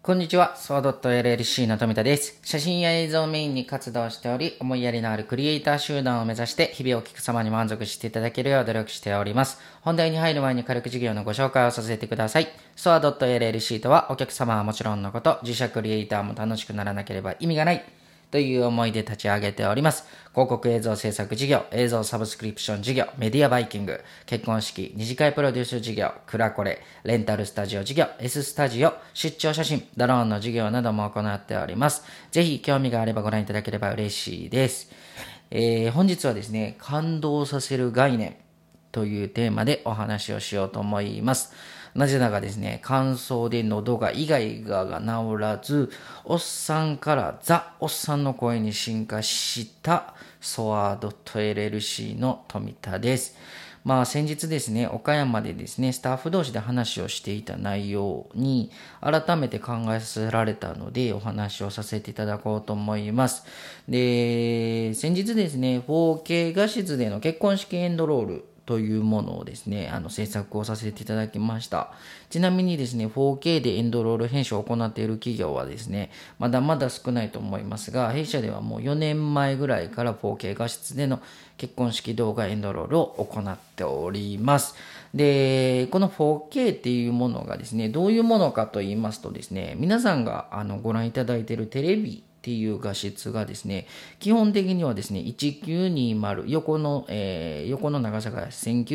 こんにちは、ソードット LLC の富田です。写真や映像をメインに活動しており、思いやりのあるクリエイター集団を目指して、日々お聞く様に満足していただけるよう努力しております。本題に入る前に軽く事業のご紹介をさせてください。ソードット LLC とは、お客様はもちろんのこと、自社クリエイターも楽しくならなければ意味がない。という思いで立ち上げております。広告映像制作事業、映像サブスクリプション事業、メディアバイキング、結婚式、二次会プロデュース事業、クラコレ、レンタルスタジオ事業、S スタジオ、出張写真、ドローンの事業なども行っております。ぜひ興味があればご覧いただければ嬉しいです。本日はですね、感動させる概念というテーマでお話をしようと思います。なぜならですね、乾燥で喉がイガイガが治らず、おっさんからザ・おっさんの声に進化したソワード .LLC の富田です。先日ですね、岡山でですね、スタッフ同士で話をしていた内容に改めて考えさせられたのでお話をさせていただこうと思います。で、先日ですね、4K 画質での結婚式エンドロールというものをですね、制作をさせていただきました。ちなみにですね、4K でエンドロール編集を行っている企業はですね、まだまだ少ないと思いますが、弊社ではもう4年前ぐらいから 4K 画質での結婚式動画エンドロールを行っております。で、この 4K っていうものがですね、どういうものかと言いますとですね、皆さんがご覧いただいているテレビっていう画質がですね、基本的にはですね、1920、横の長さが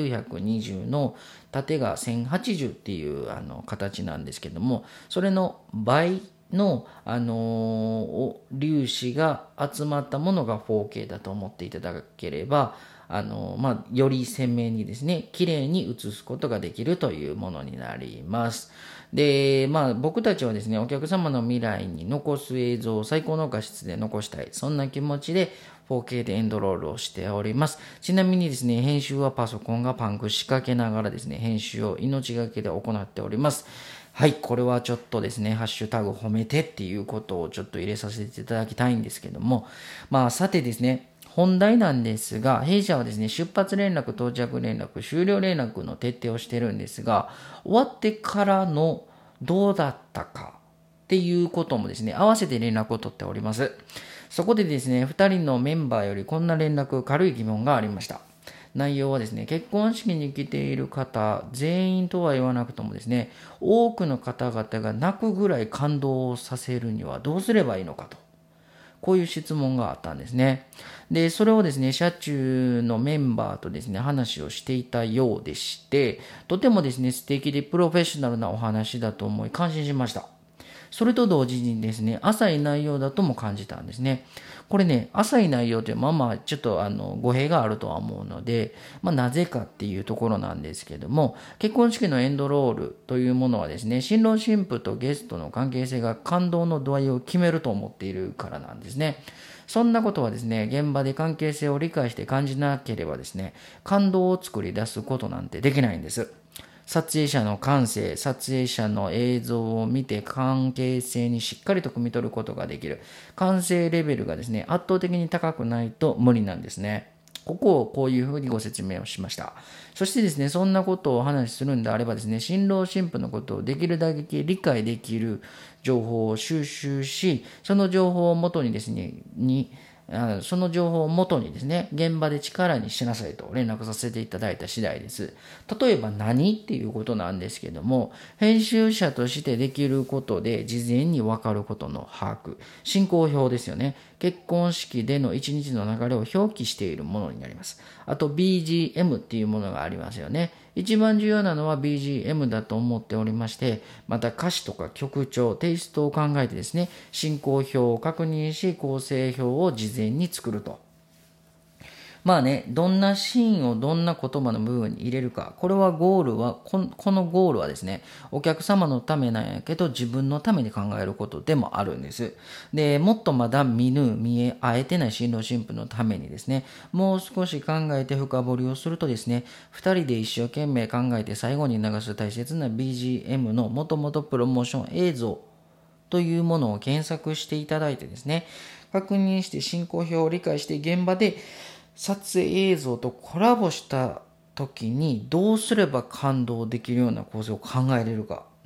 1920の縦が1080っていう形なんですけども、それの倍の、粒子が集まったものが 4K だと思っていただければ、より鮮明にですね、綺麗に映すことができるというものになります。で、僕たちはですね、お客様の未来に残す映像を最高の画質で残したい。そんな気持ちで 4K でエンドロールをしております。ちなみにですね、編集はパソコンがパンクしかけながらですね、編集を命がけで行っております。はい、これはちょっとですね、ハッシュタグ褒めてっていうことをちょっと入れさせていただきたいんですけども、さてですね、本題なんですが、弊社はですね、出発連絡、到着連絡、終了連絡の徹底をしてるんですが、終わってからのどうだったかっていうこともですね、合わせて連絡を取っております。そこでですね、2人のメンバーよりこんな連絡、軽い疑問がありました。内容はですね、結婚式に来ている方、全員とは言わなくともですね、多くの方々が泣くぐらい感動させるにはどうすればいいのかと。こういう質問があったんですね。で、それをですね、車中のメンバーとですね、話をしていたようでして、とてもですね、素敵でプロフェッショナルなお話だと思い感心しました。それと同時にですね、浅い内容だとも感じたんですね。これね、浅い内容ってちょっと語弊があるとは思うので、なぜかっていうところなんですけども、結婚式のエンドロールというものはですね、新郎新婦とゲストの関係性が感動の度合いを決めると思っているからなんですね。そんなことはですね、現場で関係性を理解して感じなければですね、感動を作り出すことなんてできないんです。撮影者の感性、撮影者の映像を見て関係性にしっかりと汲み取ることができる。完成レベルがですね、圧倒的に高くないと無理なんですね。ここをこういうふうにご説明をしました。そしてですね、そんなことをお話しするんであればですね、新郎新婦のことをできるだけ理解できる情報を収集し、その情報をもとにですね、その情報をもとにですね、現場で力にしなさいと連絡させていただいた次第です。例えば何っていうことなんですけども、編集者としてできることで事前に分かることの把握、進行表ですよね。結婚式での一日の流れを表記しているものになります。あと BGM っていうものがありますよね。一番重要なのは BGM だと思っておりまして、また歌詞とか曲調、テイストを考えてですね、進行表を確認し、構成表を事前に作ると。どんなシーンをどんな言葉の部分に入れるか。これはこのゴールはですね、お客様のためなんやけど、自分のために考えることでもあるんです。で、もっとまだ見え会えてない新郎新婦のためにですね、もう少し考えて深掘りをするとですね、二人で一生懸命考えて最後に流す大切な BGM のもともとプロモーション映像というものを検索していただいてですね、確認して進行表を理解して現場で撮影映像とコラボした時にどうすれば感動できるような構成を考えれるか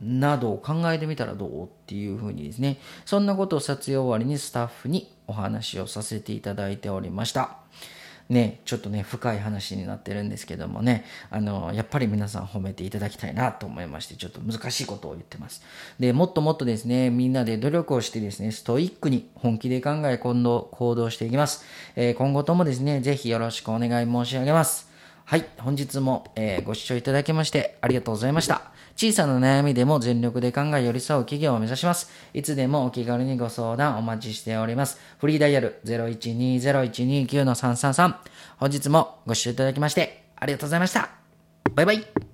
などを考えてみたらどうっていうふうにですね、そんなことを撮影終わりにスタッフにお話をさせていただいておりました。ね、ちょっとね、深い話になってるんですけどもね、やっぱり皆さん褒めていただきたいなと思いまして、ちょっと難しいことを言ってます。で、もっともっとですね、みんなで努力をしてですね、ストイックに本気で考え、今度行動していきます。今後ともですね、ぜひよろしくお願い申し上げます。はい、本日も、ご視聴いただきましてありがとうございました。小さな悩みでも全力で考え寄り添う企業を目指します。いつでもお気軽にご相談お待ちしております。フリーダイヤル 0120-129-333。本日もご視聴いただきましてありがとうございました。バイバイ。